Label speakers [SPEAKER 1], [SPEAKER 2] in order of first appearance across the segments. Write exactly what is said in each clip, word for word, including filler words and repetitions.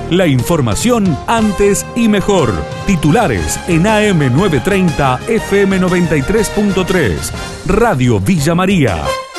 [SPEAKER 1] La información antes y mejor. Titulares en A M novecientos treinta, F M noventa y tres punto tres. Radio Villa María.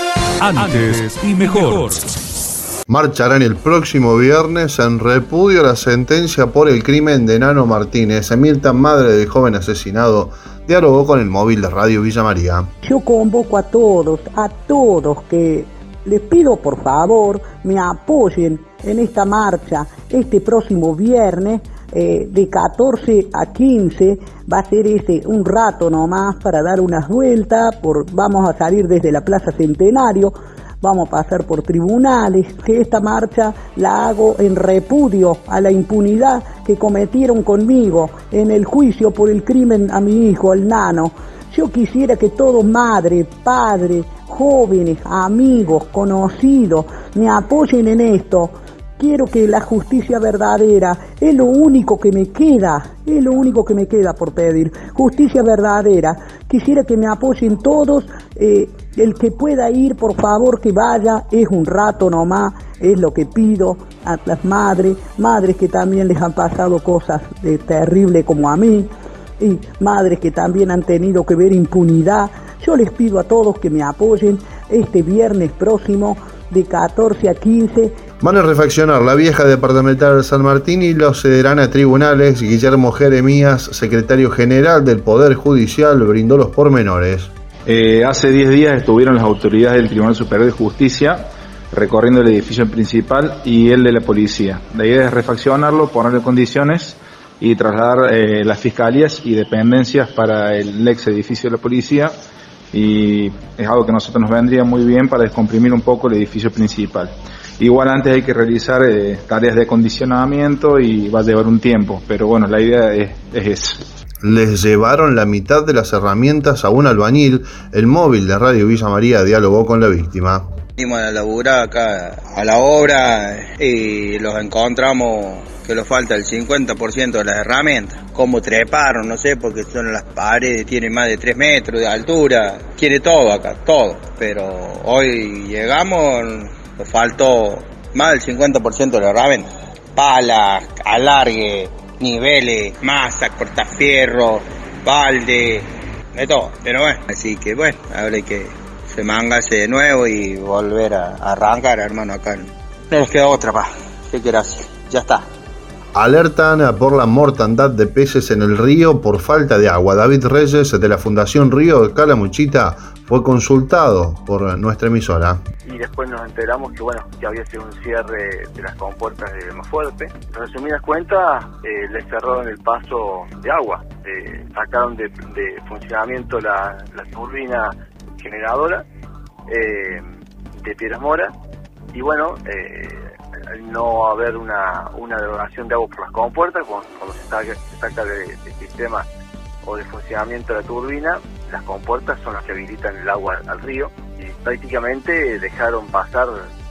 [SPEAKER 1] Antes y mejor.
[SPEAKER 2] Marcharán el próximo viernes en repudio a la sentencia por el crimen de Nano Martínez. Mirta, madre del joven asesinado, dialogó con el móvil de Radio Villa María.
[SPEAKER 3] Yo convoco a todos, a todos que les pido por favor me apoyen en esta marcha este próximo viernes eh, de catorce a quince. Va a ser ese un rato nomás para dar unas vueltas, por, vamos a salir desde la Plaza Centenario, vamos a pasar por tribunales, que esta marcha la hago en repudio a la impunidad que cometieron conmigo en el juicio por el crimen a mi hijo, el Nano. Yo quisiera que todos, madre, padre, jóvenes, amigos, conocidos, me apoyen en esto. Quiero que la justicia verdadera, es lo único que me queda, es lo único que me queda por pedir, justicia verdadera. Quisiera que me apoyen todos, eh, el que pueda ir, por favor que vaya, es un rato nomás, es lo que pido a las madres, madres que también les han pasado cosas eh, terribles como a mí, y madres que también han tenido que ver impunidad. Yo les pido a todos que me apoyen este viernes próximo de catorce a quince.
[SPEAKER 2] Van a refaccionar la vieja departamental de San Martín y lo cederán a tribunales. Guillermo Jeremías, secretario general del Poder Judicial, brindó los pormenores.
[SPEAKER 4] Eh, hace diez días estuvieron las autoridades del Tribunal Superior de Justicia recorriendo el edificio principal y el de la policía. La idea es refaccionarlo, ponerle condiciones y trasladar eh, las fiscalías y dependencias para el ex edificio de la policía, y es algo que a nosotros nos vendría muy bien para descomprimir un poco el edificio principal. Igual antes hay que realizar eh, tareas de acondicionamiento y va a llevar un tiempo, pero bueno, la idea es, es esa.
[SPEAKER 2] Les llevaron la mitad de las herramientas a un albañil. El móvil de Radio Villa María dialogó con la víctima.
[SPEAKER 5] Venimos a laburar acá a la obra y los encontramos que les falta el cincuenta por ciento de las herramientas. Cómo treparon, no sé, porque son las paredes, tienen más de tres metros de altura, tiene todo acá, todo. Pero hoy llegamos, nos faltó más del cincuenta por ciento de las herramientas. Palas, alargue, niveles, masa, cortafierro, balde, de todo. Pero bueno, así que bueno, ahora hay que se mangarse de nuevo y volver a, a arrancar, hermano, acá. No nos queda otra, pa. ¿Qué quieras hacer? Ya está.
[SPEAKER 2] Alertan por la mortandad de peces en el río por falta de agua. David Reyes, de la Fundación Río de Calamuchita, fue consultado por nuestra emisora.
[SPEAKER 6] Y después nos enteramos que bueno que había sido un cierre de las compuertas de Mafuerte. En resumidas cuentas, eh, les cerraron el paso de agua. Eh, sacaron de, de funcionamiento la, la turbina generadora eh, de Piedras Mora. Y bueno, eh, al no haber una, una derogación de agua por las compuertas, cuando, cuando se saca, se saca de, de sistema o de funcionamiento de la turbina, las compuertas son las que habilitan el agua al río y prácticamente dejaron pasar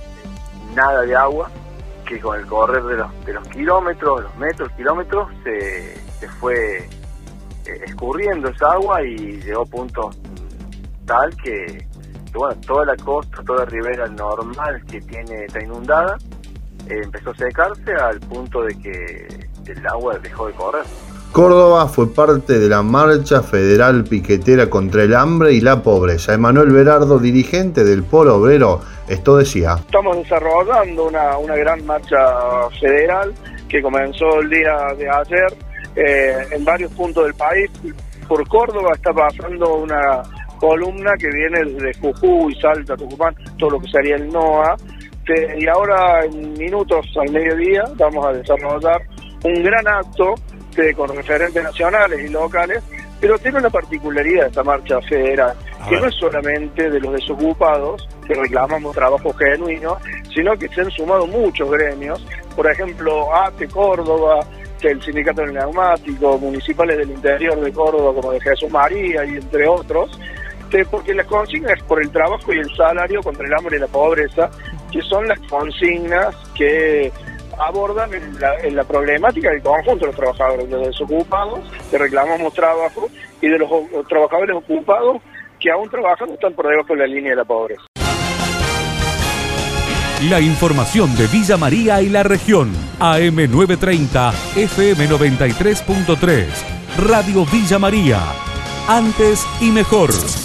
[SPEAKER 6] nada de agua, que con el correr de los, de los kilómetros, los metros, kilómetros, se, se fue eh, escurriendo esa agua y llegó a puntos tal que, que bueno, toda la costa, toda la ribera normal que tiene está inundada, eh, empezó a secarse al punto de que el agua dejó de correr.
[SPEAKER 2] Córdoba fue parte de la marcha federal piquetera contra el hambre y la pobreza. Emanuel Berardo, dirigente del Polo Obrero, esto decía.
[SPEAKER 7] Estamos desarrollando una, una gran marcha federal que comenzó el día de ayer eh, en varios puntos del país. Por Córdoba está pasando una columna que viene desde Jujuy, Salta, Tucumán, todo lo que sería el NOA. Que, y ahora en minutos al mediodía vamos a desarrollar un gran acto de, con referentes nacionales y locales, pero tiene una particularidad esta marcha federal, que no es solamente de los desocupados, que reclamamos trabajo genuino, sino que se han sumado muchos gremios, por ejemplo, A T E Córdoba, que el Sindicato del Neumático, municipales del interior de Córdoba, como de Jesús María, y entre otros, que, porque las consignas por el trabajo y el salario contra el hambre y la pobreza, que son las consignas que abordan en la, en la problemática del conjunto de los trabajadores, de los desocupados, que reclamamos trabajo, y de los, los trabajadores ocupados que aún trabajan están por debajo de la línea de la pobreza.
[SPEAKER 1] La información de Villa María y la región. A M novecientos treinta, F M noventa y tres punto tres. Radio Villa María. Antes y mejor.